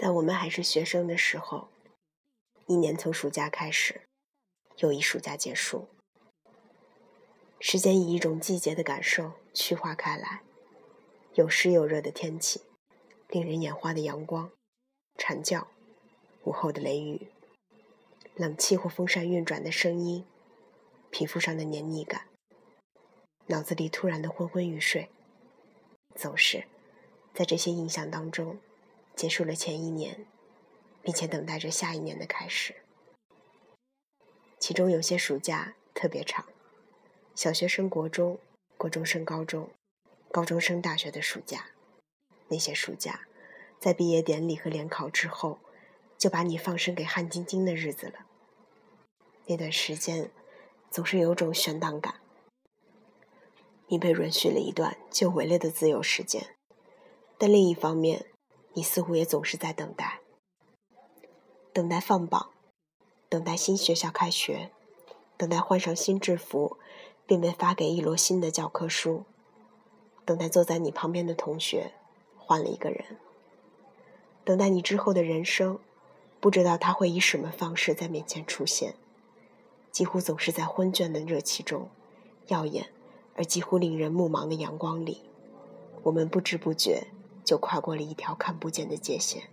在我们还是学生的时候，一年从暑假开始，又一暑假结束。时间以一种季节的感受区划开来，有湿有热的天气，令人眼花的阳光，蝉叫，午后的雷雨，冷气或风扇运转的声音，皮肤上的黏腻感，脑子里突然的昏昏欲睡，总是在这些印象当中结束了前一年，并且等待着下一年的开始。其中有些暑假特别长，小学升国中，国中升高中，高中升大学的暑假。那些暑假在毕业典礼和联考之后，就把你放生给汗津津的日子了。那段时间总是有种悬荡感，你被允许了一段久违了的自由时间，但另一方面，你似乎也总是在等待放榜，等待新学校开学，等待换上新制服并被发给一摞新的教科书，等待坐在你旁边的同学换了一个人，等待你之后的人生，不知道他会以什么方式在面前出现，几乎总是在昏倦的热气中，耀眼而几乎令人目盲的阳光里，我们不知不觉就跨过了一条看不见的界限。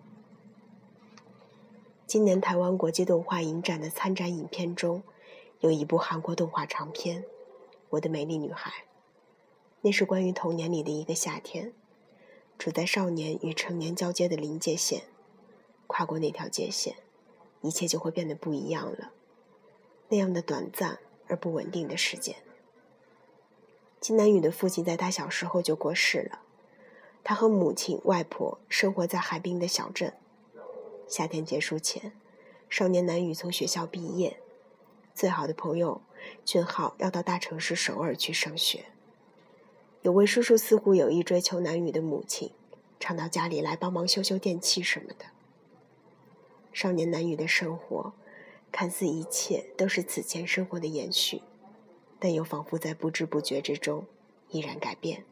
今年台湾国际动画影展的参展影片中，有一部韩国动画长片《我的美丽女孩》。那是关于童年里的一个夏天，处在少年与成年交接的临界线，跨过那条界限，一切就会变得不一样了。那样的短暂而不稳定的时间。金南宇的父亲在他小时候就过世了，他和母亲、外婆生活在海滨的小镇。夏天结束前，少年南宇从学校毕业，最好的朋友俊浩要到大城市首尔去上学。有位叔叔似乎有意追求南宇的母亲，常到家里来帮忙修修电器什么的。少年南宇的生活看似一切都是此前生活的延续，但又仿佛在不知不觉之中依然改变。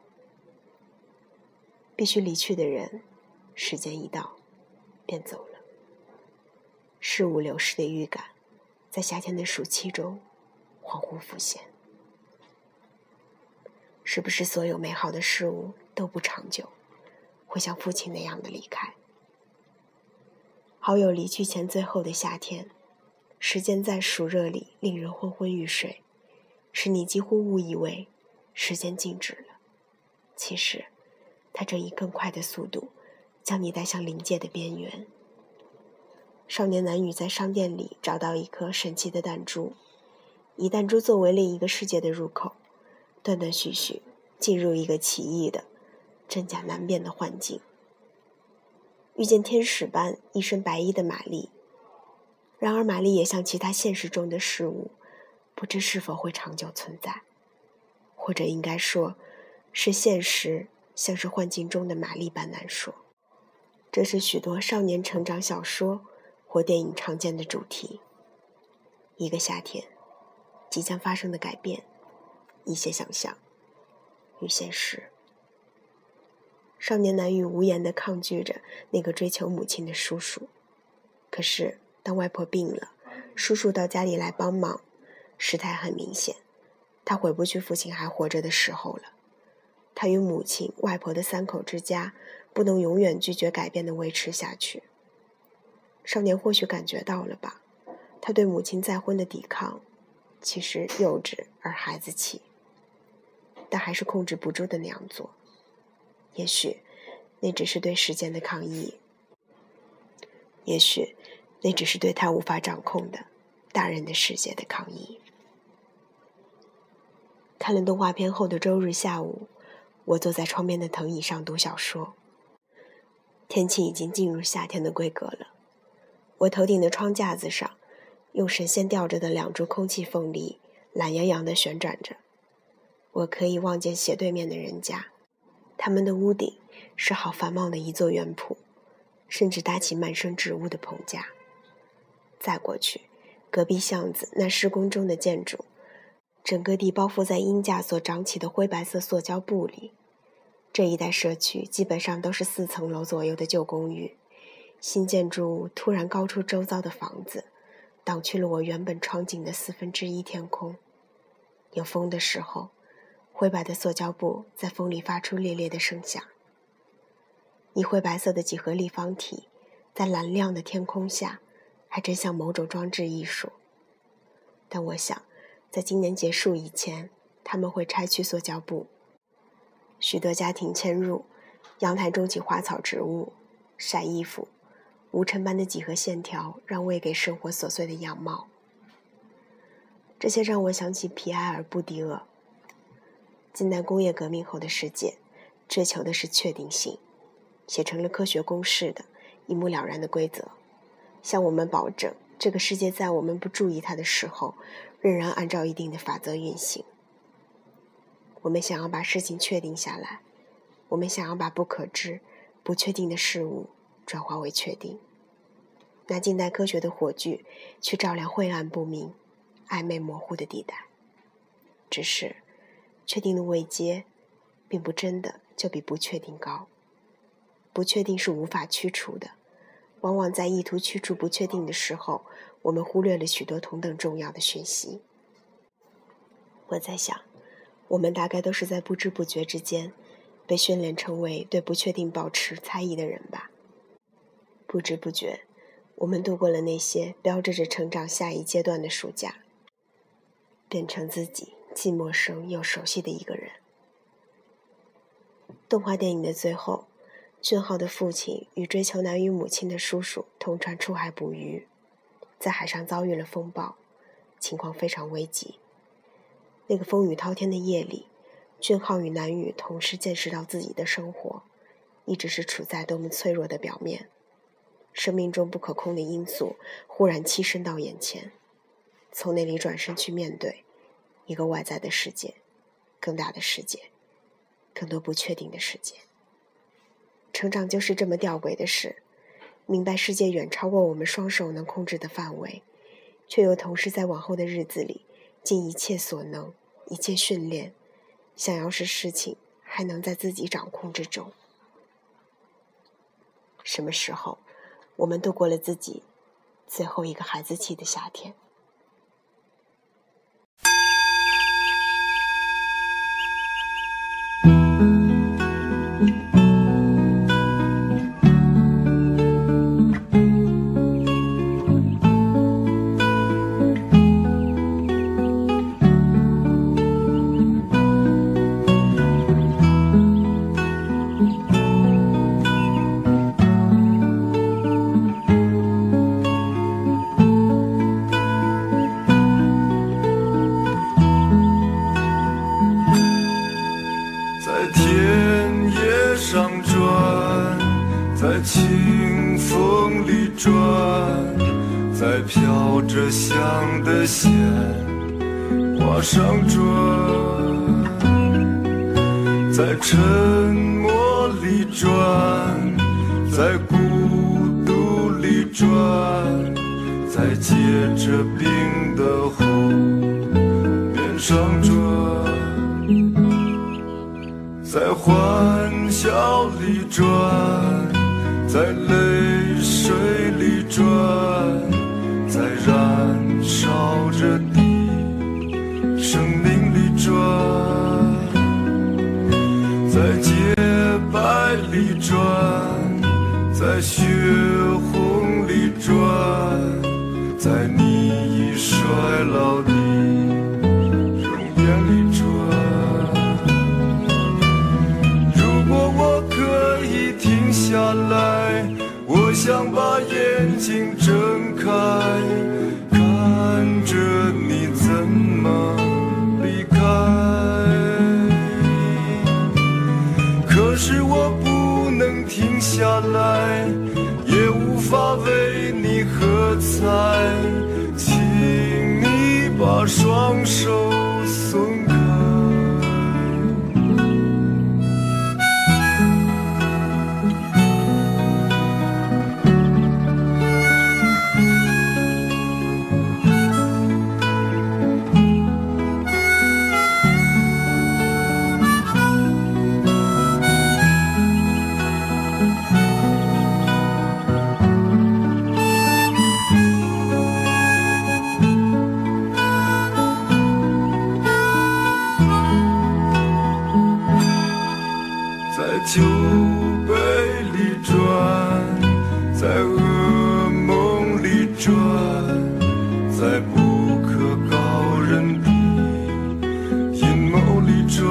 必须离去的人，时间一到便走了。事物流逝的预感在夏天的暑期中恍惚浮现。是不是所有美好的事物都不长久，会像父亲那样的离开？好友离去前最后的夏天，时间在暑热里令人昏昏欲睡，使你几乎误以为时间静止了。其实它正以更快的速度将你带向临界的边缘。少年南宇在商店里找到一颗神奇的弹珠，以弹珠作为另一个世界的入口，断断续续进入一个奇异的真假难辨的幻境。遇见天使般一身白衣的玛丽，然而玛丽也像其他现实中的事物，不知是否会长久存在，或者应该说是现实像是幻境中的玛丽般难说。这是许多少年成长小说或电影常见的主题。一个夏天即将发生的改变，一些想象与现实。少年南宇无言地抗拒着那个追求母亲的叔叔，可是当外婆病了，叔叔到家里来帮忙，事态很明显，他回不去父亲还活着的时候了。他与母亲、外婆的三口之家不能永远拒绝改变地维持下去。少年或许感觉到了吧，他对母亲再婚的抵抗其实幼稚而孩子气，但还是控制不住的那样做。也许那只是对时间的抗议，也许那只是对他无法掌控的大人的世界的抗议。看了动画片后的周日下午，我坐在窗边的藤椅上读小说。天气已经进入夏天的规格了。我头顶的窗架子上，用神仙吊着的两株空气凤梨懒洋洋地旋转着。我可以望见斜对面的人家，他们的屋顶是好繁茂的一座园圃，甚至搭起漫生植物的棚架。再过去，隔壁巷子那施工中的建筑，整个地包覆在鹰架所长起的灰白色塑胶布里。这一带社区基本上都是4层楼左右的旧公寓， 新建筑物突然高出周遭的房子，挡去了我原本窗景的1/4天空。有风的时候，灰白的塑胶布在风里发出烈烈的声响。一灰白色的几何立方体在蓝亮的天空下，还真像某种装置艺术。但我想，在今年结束以前，他们会拆去塑胶布。许多家庭迁入，阳台种起花草植物，晒衣服，无尘般的几何线条让位给生活琐碎的样貌。这些让我想起皮埃尔·布迪厄。近代工业革命后的世界，追求的是确定性，写成了科学公式的一目了然的规则，向我们保证这个世界在我们不注意它的时候，仍然按照一定的法则运行。我们想要把事情确定下来，我们想要把不可知、不确定的事物转化为确定，拿近代科学的火炬去照亮晦暗不明、暧昧模糊的地带。只是确定的位阶并不真的就比不确定高，不确定是无法驱除的，往往在意图驱除不确定的时候，我们忽略了许多同等重要的讯息。我在想，我们大概都是在不知不觉之间被训练成为对不确定保持猜疑的人吧。不知不觉，我们度过了那些标志着成长下一阶段的暑假，变成自己既陌生又熟悉的一个人。动画电影的最后，俊浩的父亲与追求难于母亲的叔叔同船出海捕鱼，在海上遭遇了风暴，情况非常危急。那个风雨滔天的夜里，俊浩与南雨同时见识到自己的生活一直是处在多么脆弱的表面，生命中不可控的因素忽然栖身到眼前，从那里转身去面对一个外在的世界，更大的世界，更多不确定的世界。成长就是这么吊诡的事，明白世界远超过我们双手能控制的范围，却又同时在往后的日子里尽一切所能，一切训练，想要使事情还能在自己掌控之中。什么时候我们度过了自己最后一个孩子气的夏天？ 在清风里转，在飘着香的线花上转，在沉默里转，在孤独里转，在结着冰的湖边上转，在欢笑里转，在泪水里转，在燃烧着的生命里转，在洁白里转，在血红里转，在你已衰老的容颜里转。如果我可以停下来，我想把眼睛睁开，看着你怎么离开。可是我不能停下来，也无法为你喝彩，请你把双手松开。 杯里转，在噩梦里转，在不可告人的阴谋里转，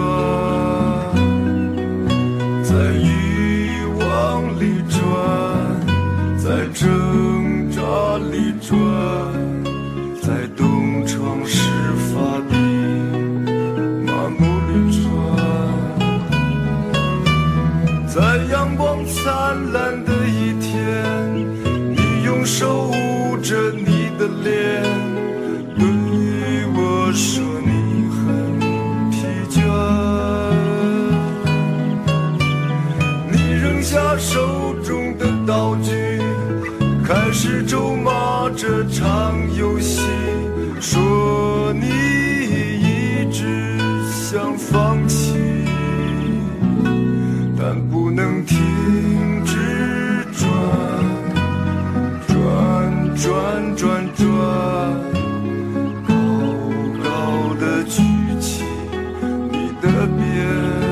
在欲望里转，在挣扎里转，在东窗事发的麻木里转，在阳光灿烂的一天，你用手捂着你的脸，对我说你很疲倦，你扔下手中的道具，开始咒骂这场游戏，说你一直想放弃，但不能停止转，转转转转，高高的举起你的鞭，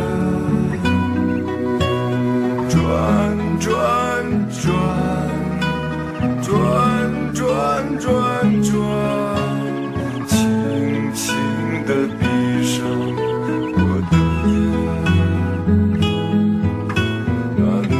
转转转，转转转转，轻轻地闭上我的眼。